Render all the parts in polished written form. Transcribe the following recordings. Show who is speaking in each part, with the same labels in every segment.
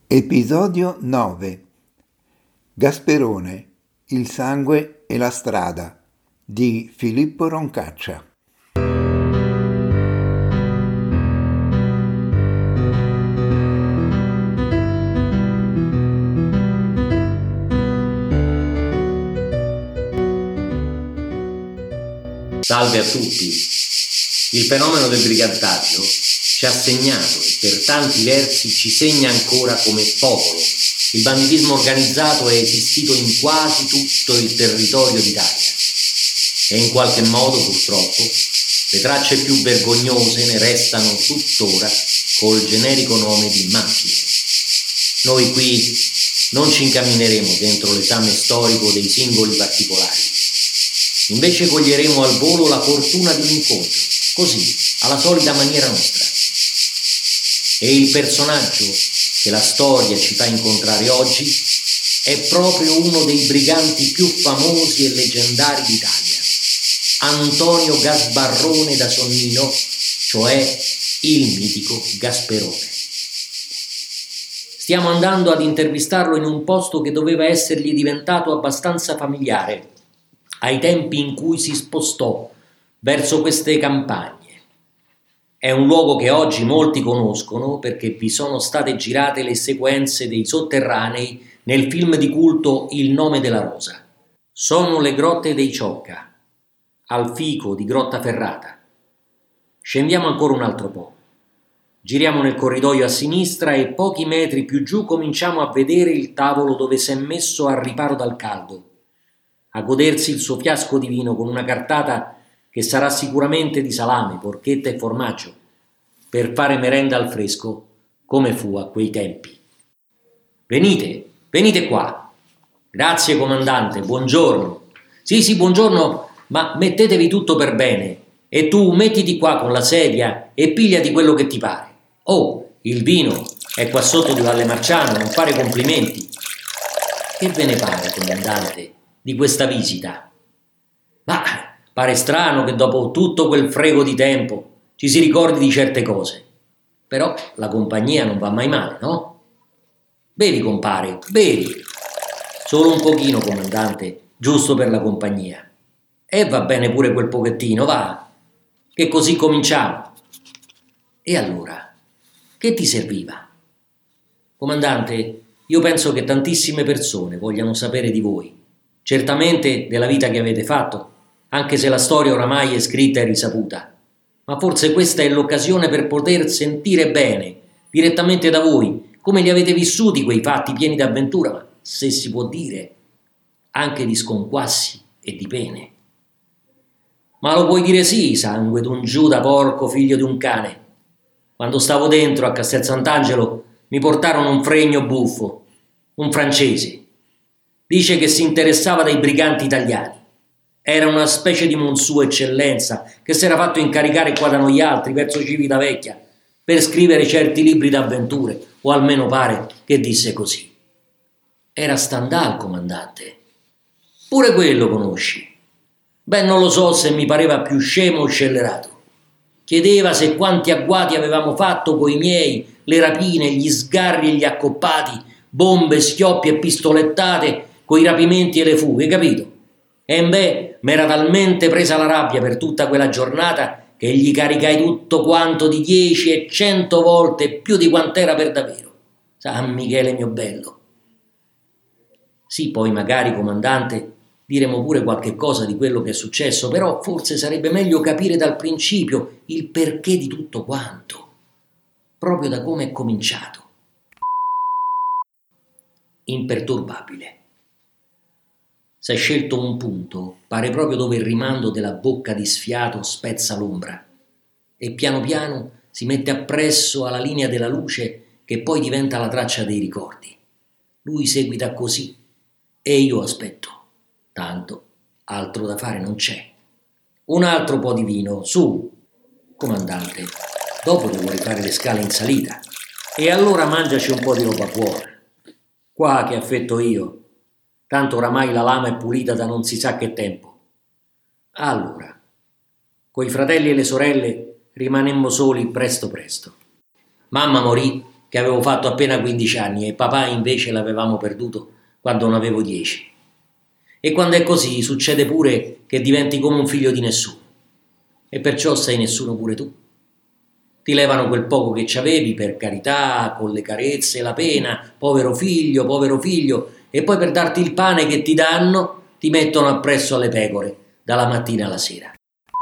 Speaker 1: Episodio 9. Gasperone, il sangue e la strada di Filippo Roncaccia.
Speaker 2: Salve a tutti. Il fenomeno del brigantaggio ci ha segnato e per tanti versi ci segna ancora come popolo. Il banditismo organizzato è esistito in quasi tutto il territorio d'Italia e in qualche modo, purtroppo, le tracce più vergognose ne restano tuttora col generico nome di mafie. Noi qui non ci incammineremo dentro l'esame storico dei singoli particolari. Invece coglieremo al volo la fortuna di un incontro, così, alla solita maniera nostra. E il personaggio che la storia ci fa incontrare oggi è proprio uno dei briganti più famosi e leggendari d'Italia, Antonio Gasbarrone da Sonnino, cioè il mitico Gasperone. Stiamo andando ad intervistarlo in un posto che doveva essergli diventato abbastanza familiare ai tempi in cui si spostò verso queste campagne. È un luogo che oggi molti conoscono perché vi sono state girate le sequenze dei sotterranei nel film di culto Il nome della rosa. Sono le grotte dei Ciocca, al fico di Grottaferrata. Scendiamo ancora un altro po'. Giriamo nel corridoio a sinistra e pochi metri più giù cominciamo a vedere il tavolo dove si è messo al riparo dal caldo, a godersi il suo fiasco di vino con una cartata che sarà sicuramente di salame, porchetta e formaggio, per fare merenda al fresco, come fu a quei tempi. Venite qua. Grazie comandante, buongiorno. Sì, buongiorno, ma mettetevi tutto per bene. E tu mettiti qua con la sedia e pigliati quello che ti pare. Oh, il vino è qua sotto di Valle Marciano, non fare complimenti. Che ve ne pare, comandante, di questa visita? Ma pare strano che dopo tutto quel frego di tempo ci si ricordi di certe cose. Però la compagnia non va mai male, no? Bevi, compare, bevi. Solo un pochino, comandante, giusto per la compagnia. E va bene pure quel pochettino, va. Che così cominciamo. E allora, che ti serviva? Comandante, io penso che tantissime persone vogliano sapere di voi. Certamente della vita che avete fatto, anche se la storia oramai è scritta e risaputa. Ma forse questa è l'occasione per poter sentire bene, direttamente da voi, come li avete vissuti quei fatti pieni d'avventura, ma se si può dire, anche di sconquassi e di pene. Ma lo puoi dire sì, sangue d'un Giuda porco figlio di un cane. Quando stavo dentro a Castel Sant'Angelo mi portarono un fregno buffo, un francese. Dice che si interessava dei briganti italiani. Era una specie di Sua Eccellenza che si era fatto incaricare qua da noi altri, verso Civitavecchia, per scrivere certi libri d'avventure, o almeno pare che disse così. Era Stendhal, comandante. Pure quello conosci? Beh, non lo so se mi pareva più scemo o scellerato. Chiedeva se quanti agguati avevamo fatto coi miei, le rapine, gli sgarri e gli accoppati, bombe, schioppi e pistolettate, coi rapimenti e le fughe, capito? E beh, m'era talmente presa la rabbia per tutta quella giornata che gli caricai tutto quanto di 10 e 100 volte più di quant'era per davvero. San Michele mio bello. Sì, poi magari, comandante, diremo pure qualche cosa di quello che è successo, però forse sarebbe meglio capire dal principio il perché di tutto quanto, proprio da come è cominciato. Imperturbabile. S'è scelto un punto, pare proprio dove il rimando della bocca di sfiato spezza l'ombra e piano piano si mette appresso alla linea della luce che poi diventa la traccia dei ricordi. Lui seguita così e io aspetto. Tanto altro da fare non c'è. Un altro po' di vino, su. Comandante, dopo devo rifare le scale in salita. E allora mangiaci un po' di roba buona. Qua che affetto io. Tanto oramai la lama è pulita da non si sa che tempo. Allora, coi fratelli e le sorelle rimanemmo soli presto. Mamma morì che avevo fatto appena 15 anni e papà invece l'avevamo perduto quando ne avevo 10. E quando è così succede pure che diventi come un figlio di nessuno. E perciò sei nessuno pure tu. Ti levano quel poco che c'avevi, per carità, con le carezze e la pena, povero figlio, e poi per darti il pane che ti danno ti mettono appresso alle pecore, dalla mattina alla sera.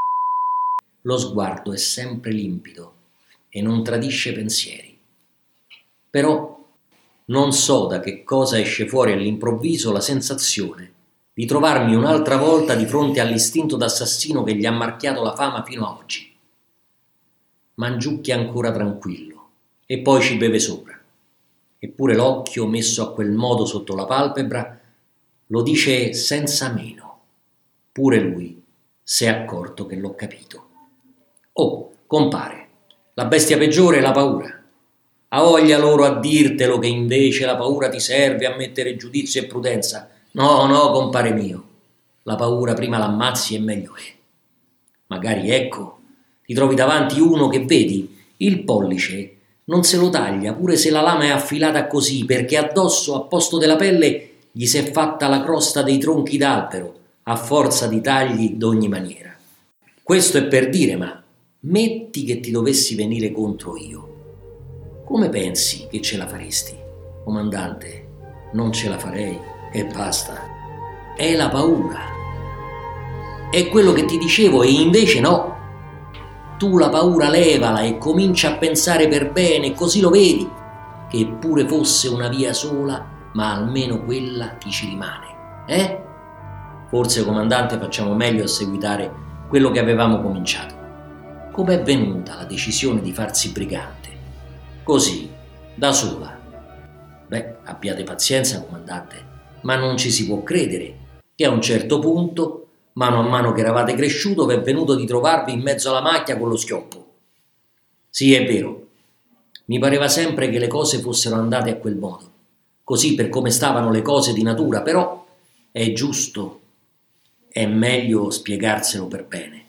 Speaker 2: Lo sguardo è sempre limpido e non tradisce pensieri. Però non so da che cosa esce fuori all'improvviso la sensazione di trovarmi un'altra volta di fronte all'istinto d'assassino che gli ha marchiato la fama fino a oggi. Mangiucchia ancora tranquillo e poi ci beve sopra. Eppure l'occhio messo a quel modo sotto la palpebra lo dice senza meno. Pure lui si è accorto che l'ho capito. Oh, compare, la bestia peggiore è la paura. Ha voglia loro a dirtelo che invece la paura ti serve a mettere giudizio e prudenza. No, compare mio, la paura prima l'ammazzi e meglio è. Magari ecco, ti trovi davanti uno che vedi, il pollice non se lo taglia pure se la lama è affilata così, perché addosso a posto della pelle gli si è fatta la crosta dei tronchi d'albero a forza di tagli d'ogni maniera. Questo è per dire, ma metti che ti dovessi venire contro io. Come pensi che ce la faresti? Comandante, non ce la farei e basta. È la paura. È quello che ti dicevo e invece no. Tu la paura levala e comincia a pensare per bene, così lo vedi, che pure fosse una via sola, ma almeno quella ti ci rimane. Forse, comandante, facciamo meglio a seguitare quello che avevamo cominciato. Com'è venuta la decisione di farsi brigante? Così, da sola. Abbiate pazienza, comandante, ma non ci si può credere che a un certo punto, mano a mano che eravate cresciuto, vi è venuto di trovarvi in mezzo alla macchia con lo schioppo. Sì, è vero, mi pareva sempre che le cose fossero andate a quel modo, così per come stavano le cose di natura, però è giusto, è meglio spiegarselo per bene.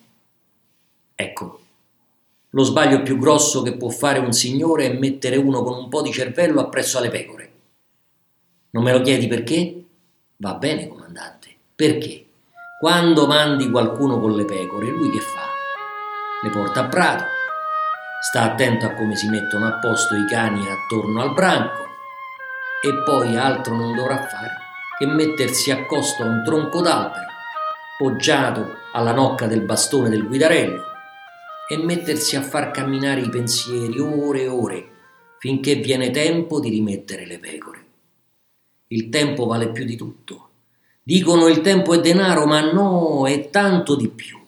Speaker 2: Ecco, lo sbaglio più grosso che può fare un signore è mettere uno con un po' di cervello appresso alle pecore. Non me lo chiedi perché? Va bene, comandante, perché? Quando mandi qualcuno con le pecore, lui che fa? Le porta a prato, sta attento a come si mettono a posto i cani attorno al branco e poi altro non dovrà fare che mettersi accosto a un tronco d'albero, poggiato alla nocca del bastone del guidarello, e mettersi a far camminare i pensieri ore e ore finché viene tempo di rimettere le pecore. Il tempo vale più di tutto. Dicono il tempo è denaro, ma no, è tanto di più.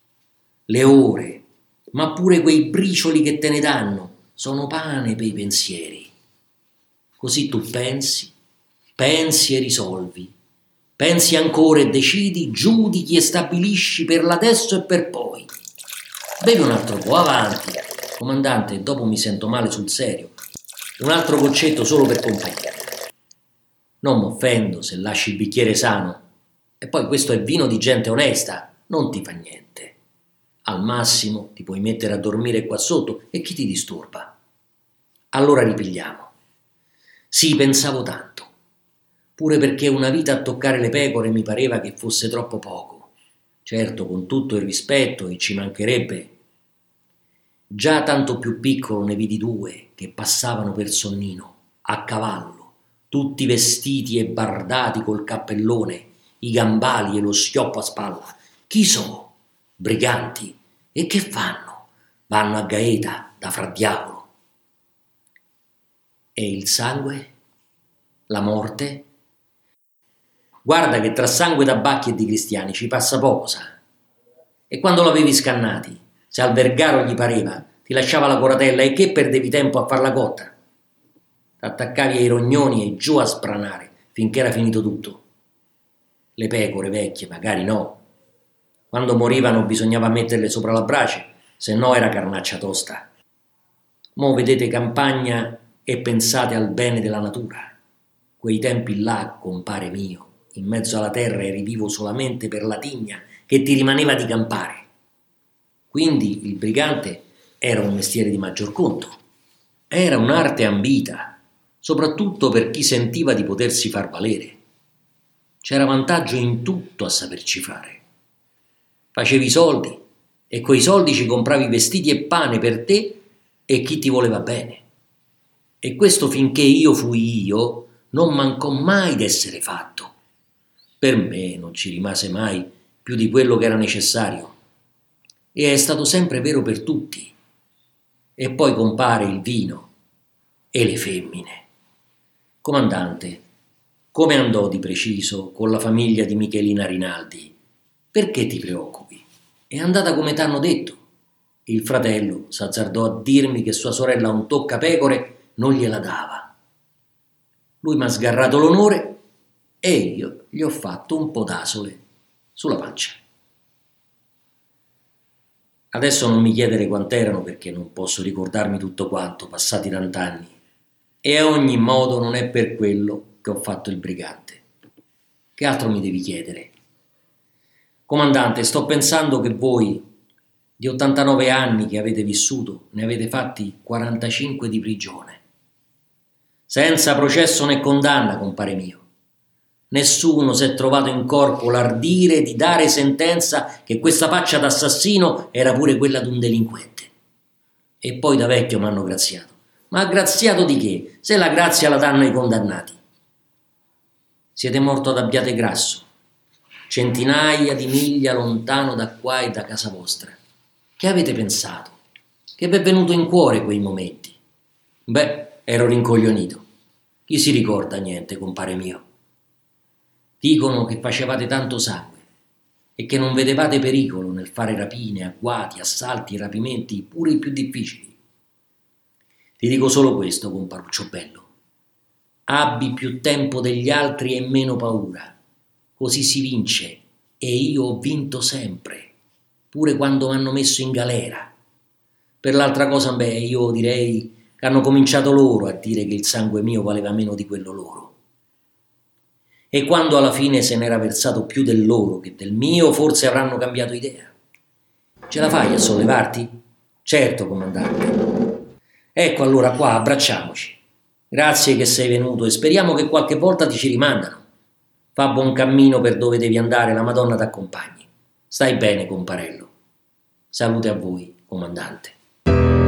Speaker 2: Le ore, ma pure quei bricioli che te ne danno, sono pane per i pensieri. Così tu pensi e risolvi. Pensi ancora e decidi, giudichi e stabilisci per l'adesso e per poi. Bevi un altro po', avanti. Comandante, dopo mi sento male sul serio. Un altro goccetto solo per compagnia. Non m'offendo se lasci il bicchiere sano. E poi questo è vino di gente onesta, non ti fa niente. Al massimo ti puoi mettere a dormire qua sotto e chi ti disturba? Allora ripigliamo. Sì, pensavo tanto. Pure perché una vita a toccare le pecore mi pareva che fosse troppo poco. Certo, con tutto il rispetto, e ci mancherebbe. Già tanto più piccolo ne vidi due che passavano per Sonnino, a cavallo, tutti vestiti e bardati col cappellone, i gambali e lo schioppo a spalla. Chi so? Briganti. E che fanno? Vanno a Gaeta, da fra diavolo. E il sangue? La morte? Guarda che tra sangue d'Abbacchi e di cristiani ci passa poco, sa. E quando l'avevi scannati, se al vergaro gli pareva, ti lasciava la coratella e che perdevi tempo a farla cotta? T'attaccavi ai rognoni e giù a spranare finché era finito tutto. Le pecore vecchie magari no. Quando morivano bisognava metterle sopra la brace, se no era carnaccia tosta. Mo vedete campagna e pensate al bene della natura. Quei tempi là, compare mio, in mezzo alla terra eri vivo solamente per la tigna che ti rimaneva di campare. Quindi il brigante era un mestiere di maggior conto. Era un'arte ambita, soprattutto per chi sentiva di potersi far valere. C'era vantaggio in tutto a saperci fare. Facevi soldi e coi soldi ci compravi vestiti e pane per te e chi ti voleva bene. E questo finché io fui io non mancò mai d'essere fatto. Per me non ci rimase mai più di quello che era necessario. E è stato sempre vero per tutti. E poi compare il vino e le femmine. Comandante, come andò di preciso con la famiglia di Michelina Rinaldi? Perché ti preoccupi? È andata come t'hanno detto. Il fratello s'azzardò a dirmi che sua sorella un toccapecore non gliela dava. Lui m'ha sgarrato l'onore e io gli ho fatto un po' d'asole sulla pancia. Adesso non mi chiedere quant'erano perché non posso ricordarmi tutto quanto, passati tant'anni. E a ogni modo non è per quello che ho fatto il brigante. Che altro mi devi chiedere? Comandante, sto pensando che voi, di 89 anni che avete vissuto, ne avete fatti 45 di prigione. Senza processo né condanna, compare mio. Nessuno si è trovato in corpo l'ardire di dare sentenza che questa faccia d'assassino era pure quella d'un delinquente. E poi da vecchio m'hanno graziato. Ma graziato di che, se la grazia la danno i condannati? Siete morto ad Abbiategrasso, centinaia di miglia lontano da qua e da casa vostra. Che avete pensato? Che vi è venuto in cuore quei momenti? Beh, ero rincoglionito. Chi si ricorda niente, compare mio? Dicono che facevate tanto sangue e che non vedevate pericolo nel fare rapine, agguati, assalti e rapimenti pure i più difficili. Ti dico solo questo, comparuccio bello. Abbi più tempo degli altri e meno paura. Così si vince e io ho vinto sempre, pure quando m'hanno messo in galera. Per l'altra cosa, io direi che hanno cominciato loro a dire che il sangue mio valeva meno di quello loro. E quando alla fine se n'era versato più del loro che del mio, forse avranno cambiato idea. Ce la fai a sollevarti? Certo, comandante. Ecco allora qua, abbracciamoci. Grazie che sei venuto e speriamo che qualche volta ti ci rimandano. Fa buon cammino per dove devi andare, la Madonna t'accompagni. Stai bene, comparello. Salute a voi, comandante.